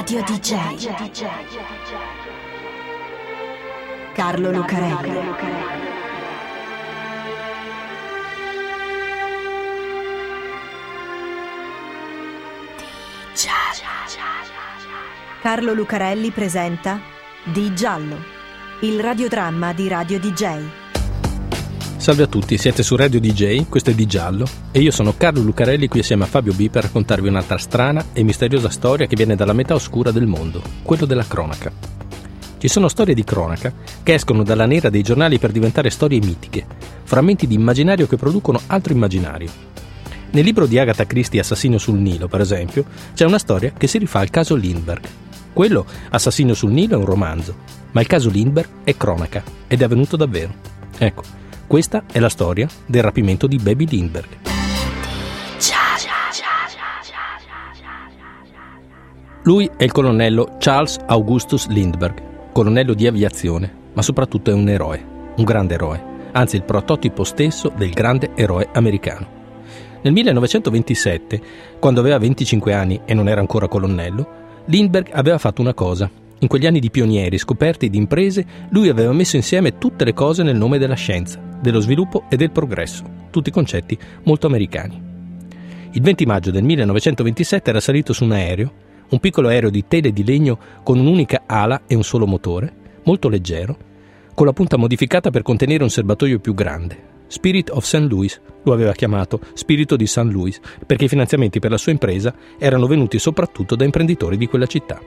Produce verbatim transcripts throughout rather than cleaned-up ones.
Radio D J Carlo Lucarelli. Carlo Lucarelli presenta Di Giallo, il radiodramma di Radio D J. Salve a tutti, siete su Radio D J, questo è Di Giallo e io sono Carlo Lucarelli qui assieme a Fabio B per raccontarvi un'altra strana e misteriosa storia che viene dalla metà oscura del mondo, quello della cronaca. Ci sono storie di cronaca che escono dalla nera dei giornali per diventare storie mitiche, frammenti di immaginario che producono altro immaginario. Nel libro di Agatha Christie Assassino sul Nilo, per esempio, c'è una storia che si rifà al caso Lindbergh. Quello, Assassino sul Nilo, è un romanzo, ma il caso Lindbergh è cronaca ed è avvenuto davvero. Ecco, questa è la storia del rapimento di Baby Lindbergh. Lui è il colonnello Charles Augustus Lindbergh, colonnello di aviazione, ma soprattutto è un eroe, un grande eroe, anzi il prototipo stesso del grande eroe americano. Nel millenovecentoventisette, quando aveva venticinque anni e non era ancora colonnello, Lindbergh aveva fatto una cosa. In quegli anni di pionieri, scoperti e di imprese, lui aveva messo insieme tutte le cose nel nome della scienza, dello sviluppo e del progresso, tutti concetti molto americani. Il venti maggio del millenovecentoventisette era salito su un aereo, un piccolo aereo di tele di legno con un'unica ala e un solo motore, molto leggero, con la punta modificata per contenere un serbatoio più grande. Spirit of Saint Louis lo aveva chiamato Spirito di Saint Louis, perché i finanziamenti per la sua impresa erano venuti soprattutto da imprenditori di quella città.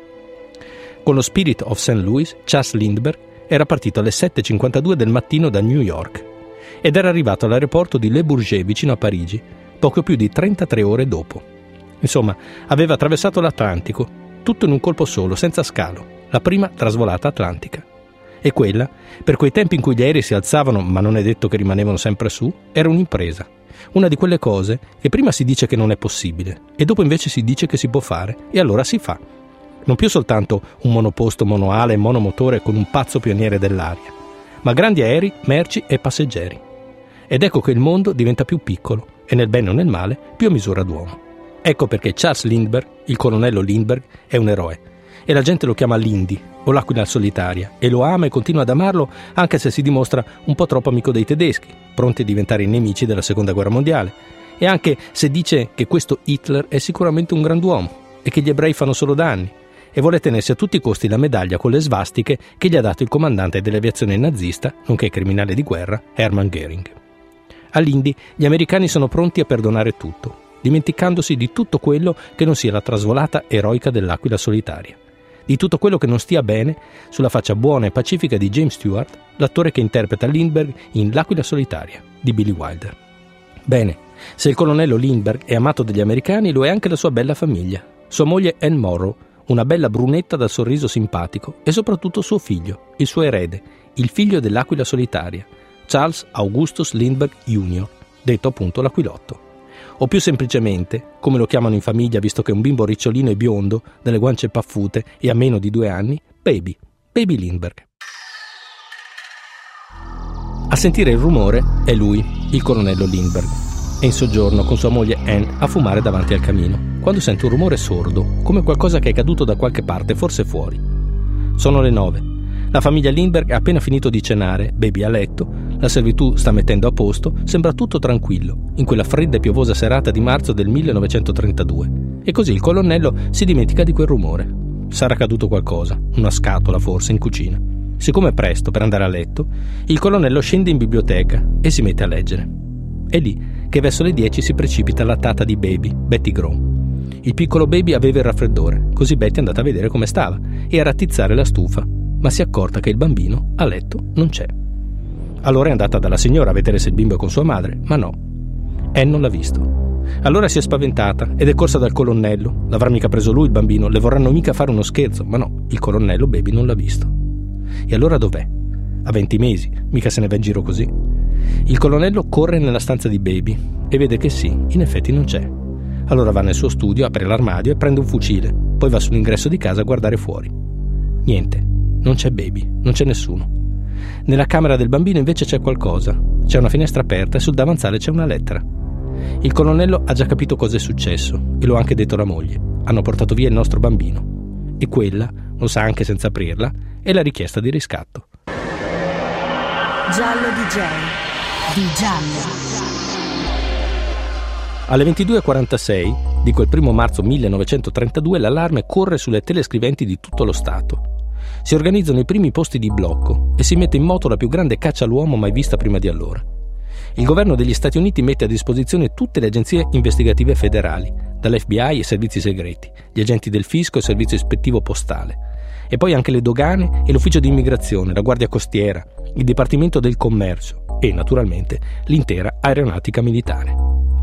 Con lo Spirit of Saint Louis, Charles Lindbergh era partito alle sette e cinquantadue del mattino da New York ed era arrivato all'aeroporto di Le Bourget vicino a Parigi poco più di trentatré ore dopo. Insomma, aveva attraversato l'Atlantico, tutto in un colpo solo, senza scalo, la prima trasvolata atlantica. E quella, per quei tempi in cui gli aerei si alzavano, ma non è detto che rimanevano sempre su, era un'impresa. Una di quelle cose che prima si dice che non è possibile e dopo invece si dice che si può fare e allora si fa. Non più soltanto un monoposto, monoala e monomotore con un pazzo pioniere dell'aria, ma grandi aerei, merci e passeggeri. Ed ecco che il mondo diventa più piccolo e nel bene o nel male più a misura d'uomo. Ecco perché Charles Lindbergh, il colonnello Lindbergh, è un eroe. E la gente lo chiama Lindy, o l'aquila solitaria, e lo ama e continua ad amarlo anche se si dimostra un po' troppo amico dei tedeschi, pronti a diventare i nemici della seconda guerra mondiale, e anche se dice che questo Hitler è sicuramente un grand'uomo e che gli ebrei fanno solo danni, e vuole tenersi a tutti i costi la medaglia con le svastiche che gli ha dato il comandante dell'aviazione nazista, nonché criminale di guerra, Hermann Göring. A Lindy gli americani sono pronti a perdonare tutto, dimenticandosi di tutto quello che non sia la trasvolata eroica dell'aquila solitaria, di tutto quello che non stia bene sulla faccia buona e pacifica di James Stewart, l'attore che interpreta Lindbergh in L'aquila solitaria di Billy Wilder. Bene, se il colonnello Lindbergh è amato dagli americani, lo è anche la sua bella famiglia, sua moglie Anne Morrow, una bella brunetta dal sorriso simpatico, e soprattutto suo figlio, il suo erede, il figlio dell'aquila solitaria, Charles Augustus Lindbergh junior, detto appunto l'Aquilotto. O più semplicemente, come lo chiamano in famiglia visto che è un bimbo ricciolino e biondo, dalle guance paffute e ha meno di due anni, Baby, Baby Lindbergh. A sentire il rumore è lui, il colonnello Lindbergh, è in soggiorno con sua moglie Anne a fumare davanti al camino, quando sente un rumore sordo, come qualcosa che è caduto da qualche parte, forse fuori. Sono le nove. La famiglia Lindbergh ha appena finito di cenare, Baby a letto, la servitù sta mettendo a posto, sembra tutto tranquillo, in quella fredda e piovosa serata di marzo del millenovecentotrentadue. E così il colonnello si dimentica di quel rumore. Sarà caduto qualcosa, una scatola forse, in cucina. Siccome è presto per andare a letto, il colonnello scende in biblioteca e si mette a leggere. È lì che verso le dieci si precipita la tata di Baby, Betty Grow. Il piccolo Baby aveva il raffreddore, così Betty è andata a vedere come stava e a rattizzare la stufa, ma si è accorta che il bambino a letto non c'è. Allora è andata dalla signora a vedere se il bimbo è con sua madre, ma no. Anne non l'ha visto. Allora si è spaventata ed è corsa dal colonnello. L'avrà mica preso lui il bambino, le vorranno mica fare uno scherzo, ma no, il colonnello Baby non l'ha visto. E allora dov'è? A venti mesi, mica se ne va in giro così. Il colonnello corre nella stanza di Baby e vede che sì, in effetti non c'è. Allora va nel suo studio, apre l'armadio e prende un fucile, poi va sull'ingresso di casa a guardare fuori. Niente, non c'è Baby, non c'è nessuno. Nella camera del bambino invece c'è qualcosa. C'è una finestra aperta e sul davanzale c'è una lettera. Il colonnello ha già capito cosa è successo e lo ha anche detto alla moglie. Hanno portato via il nostro bambino. E quella, lo sa anche senza aprirla, è la richiesta di riscatto. Giallo D J di Giallo. Alle ventidue e quarantasei di quel primo marzo millenovecentotrentadue l'allarme corre sulle telescriventi di tutto lo Stato. Si organizzano i primi posti di blocco e si mette in moto la più grande caccia all'uomo mai vista prima di allora. Il governo degli Stati Uniti mette a disposizione tutte le agenzie investigative federali, dall'F B I ai servizi segreti, gli agenti del fisco e il servizio ispettivo postale, e poi anche le dogane e l'ufficio di immigrazione, la guardia costiera, il dipartimento del commercio e, naturalmente, l'intera aeronautica militare.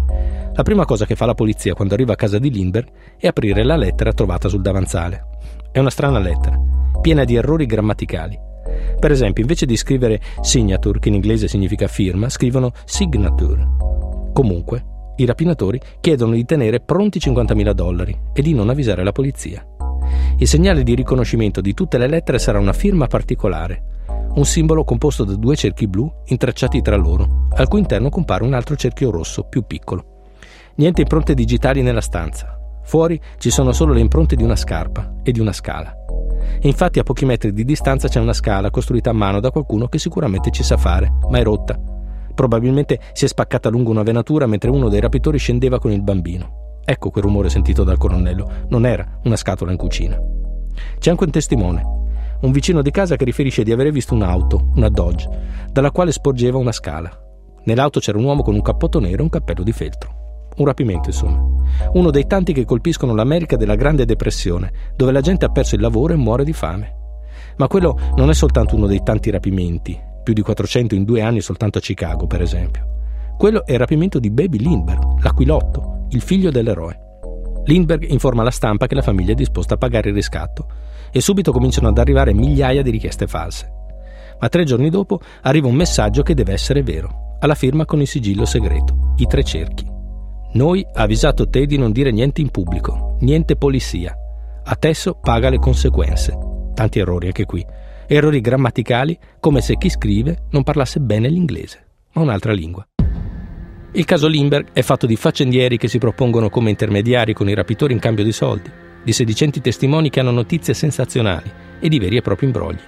La prima cosa che fa la polizia quando arriva a casa di Lindbergh è aprire la lettera trovata sul davanzale. È una strana lettera, piena di errori grammaticali. Per esempio, invece di scrivere signature, che in inglese significa firma, scrivono signature. Comunque, i rapinatori chiedono di tenere pronti cinquantamila dollari e di non avvisare la polizia. Il segnale di riconoscimento di tutte le lettere sarà una firma particolare, un simbolo composto da due cerchi blu intrecciati tra loro, al cui interno compare un altro cerchio rosso più piccolo. Niente impronte digitali nella stanza. Fuori ci sono solo le impronte di una scarpa e di una scala. E infatti a pochi metri di distanza c'è una scala costruita a mano da qualcuno che sicuramente ci sa fare, ma è rotta. Probabilmente si è spaccata lungo una venatura mentre uno dei rapitori scendeva con il bambino. Ecco quel rumore sentito dal colonnello. Non era una scatola in cucina. C'è anche un testimone, un vicino di casa che riferisce di avere visto un'auto, una Dodge, dalla quale sporgeva una scala. Nell'auto c'era un uomo con un cappotto nero e un cappello di feltro. Un rapimento, insomma. Uno dei tanti che colpiscono l'America della Grande Depressione, dove la gente ha perso il lavoro e muore di fame. Ma quello non è soltanto uno dei tanti rapimenti, più di quattrocento in due anni soltanto a Chicago, per esempio. Quello è il rapimento di Baby Lindbergh, l'aquilotto, il figlio dell'eroe. Lindbergh informa la stampa che la famiglia è disposta a pagare il riscatto e subito cominciano ad arrivare migliaia di richieste false. Ma tre giorni dopo arriva un messaggio che deve essere vero, alla firma con il sigillo segreto, i tre cerchi. Noi ha avvisato te di non dire niente in pubblico, niente polizia. Adesso paga le conseguenze. Tanti errori anche qui. Errori grammaticali, come se chi scrive non parlasse bene l'inglese, ma un'altra lingua. Il caso Lindbergh è fatto di faccendieri che si propongono come intermediari con i rapitori in cambio di soldi, di sedicenti testimoni che hanno notizie sensazionali e di veri e propri imbrogli.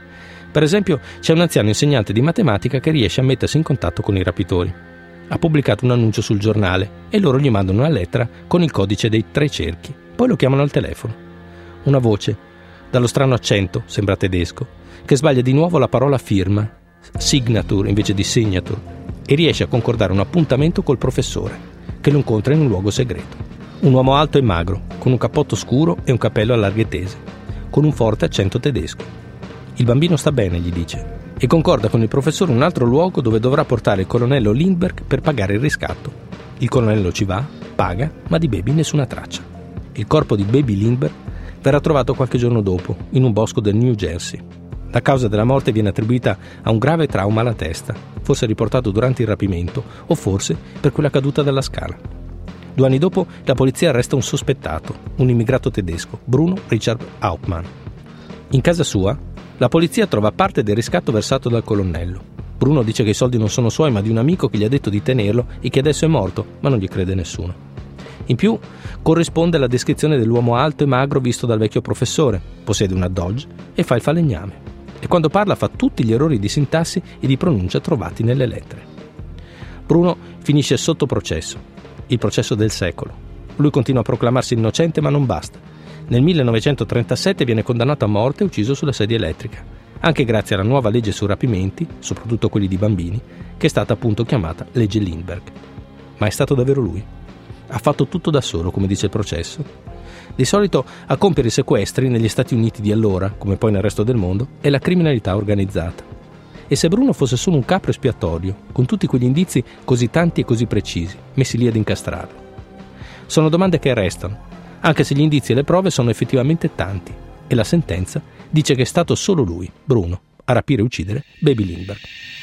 Per esempio, c'è un anziano insegnante di matematica che riesce a mettersi in contatto con i rapitori. Ha pubblicato un annuncio sul giornale e loro gli mandano una lettera con il codice dei tre cerchi. Poi lo chiamano al telefono. Una voce, dallo strano accento, sembra tedesco, che sbaglia di nuovo la parola firma, signature invece di signature, e riesce a concordare un appuntamento col professore, che lo incontra in un luogo segreto. Un uomo alto e magro, con un cappotto scuro e un cappello a larghe tese, con un forte accento tedesco. Il bambino sta bene, gli dice, e concorda con il professore un altro luogo dove dovrà portare il colonnello Lindbergh per pagare il riscatto. Il colonnello ci va, paga, ma di Baby nessuna traccia. Il corpo di Baby Lindbergh verrà trovato qualche giorno dopo, in un bosco del New Jersey. La causa della morte viene attribuita a un grave trauma alla testa, forse riportato durante il rapimento o forse per quella caduta dalla scala. Due anni dopo la polizia arresta un sospettato, un immigrato tedesco, Bruno Richard Hauptmann. In casa sua la polizia trova parte del riscatto versato dal colonnello. Bruno dice che i soldi non sono suoi ma di un amico che gli ha detto di tenerlo e che adesso è morto, ma non gli crede nessuno. In più corrisponde alla descrizione dell'uomo alto e magro visto dal vecchio professore, possiede una Dodge e fa il falegname. E quando parla fa tutti gli errori di sintassi e di pronuncia trovati nelle lettere. Bruno finisce sotto processo, il processo del secolo. Lui continua a proclamarsi innocente ma non basta. Nel millenovecentotrentasette viene condannato a morte e ucciso sulla sedia elettrica, anche grazie alla nuova legge sui rapimenti, soprattutto quelli di bambini, che è stata appunto chiamata legge Lindbergh. Ma è stato davvero lui? Ha fatto tutto da solo, come dice il processo? Di solito a compiere i sequestri negli Stati Uniti di allora, come poi nel resto del mondo, è la criminalità organizzata. E se Bruno fosse solo un capro espiatorio, con tutti quegli indizi così tanti e così precisi, messi lì ad incastrarlo? Sono domande che restano, anche se gli indizi e le prove sono effettivamente tanti, e la sentenza dice che è stato solo lui, Bruno, a rapire e uccidere Baby Lindbergh.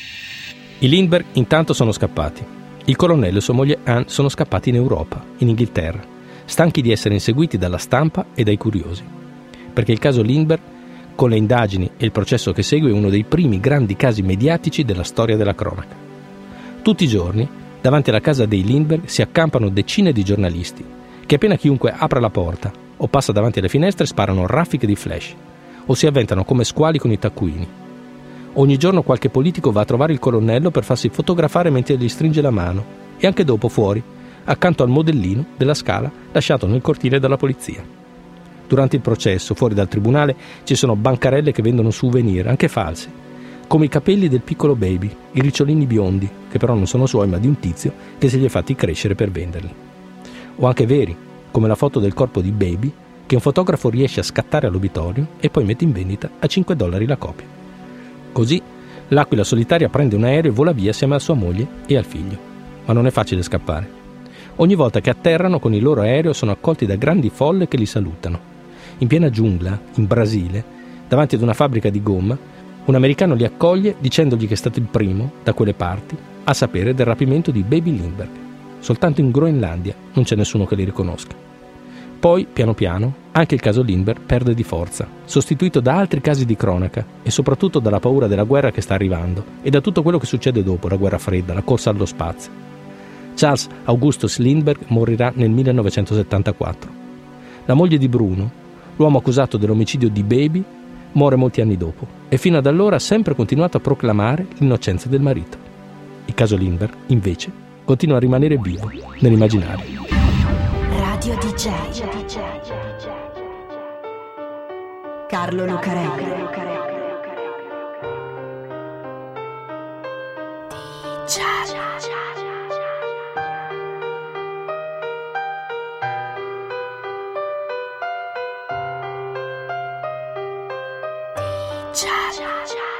I Lindbergh intanto sono scappati. Il colonnello e sua moglie Anne sono scappati in Europa, in Inghilterra, stanchi di essere inseguiti dalla stampa e dai curiosi. Perché il caso Lindbergh, con le indagini e il processo che segue, è uno dei primi grandi casi mediatici della storia della cronaca. Tutti i giorni, davanti alla casa dei Lindbergh si accampano decine di giornalisti, che appena chiunque apra la porta, o passa davanti alle finestre e sparano raffiche di flash, o si avventano come squali con i taccuini. Ogni giorno qualche politico va a trovare il colonnello per farsi fotografare mentre gli stringe la mano, e anche dopo fuori, accanto al modellino della Scala lasciato nel cortile dalla polizia. Durante il processo, fuori dal tribunale, ci sono bancarelle che vendono souvenir, anche falsi, come i capelli del piccolo Baby, i ricciolini biondi, che però non sono suoi ma di un tizio che se li è fatti crescere per venderli. O anche veri, come la foto del corpo di Baby, che un fotografo riesce a scattare all'obitorio e poi mette in vendita a cinque dollari la copia. Così, l'aquila solitaria prende un aereo e vola via assieme a sua moglie e al figlio. Ma non è facile scappare. Ogni volta che atterrano con il loro aereo sono accolti da grandi folle che li salutano. In piena giungla, in Brasile, davanti ad una fabbrica di gomma, un americano li accoglie dicendogli che è stato il primo, da quelle parti, a sapere del rapimento di Baby Lindbergh. Soltanto in Groenlandia non c'è nessuno che li riconosca. Poi, piano piano, anche il caso Lindbergh perde di forza, sostituito da altri casi di cronaca e soprattutto dalla paura della guerra che sta arrivando e da tutto quello che succede dopo, la guerra fredda, la corsa allo spazio. Charles Augustus Lindbergh morirà nel millenovecentosettantaquattro. La moglie di Bruno, l'uomo accusato dell'omicidio di Baby, muore molti anni dopo e fino ad allora ha sempre continuato a proclamare l'innocenza del marito. Il caso Lindbergh, invece, continua a rimanere vivo nell'immaginario. Radio D J Carlo Lucarelli. Cha cha cha.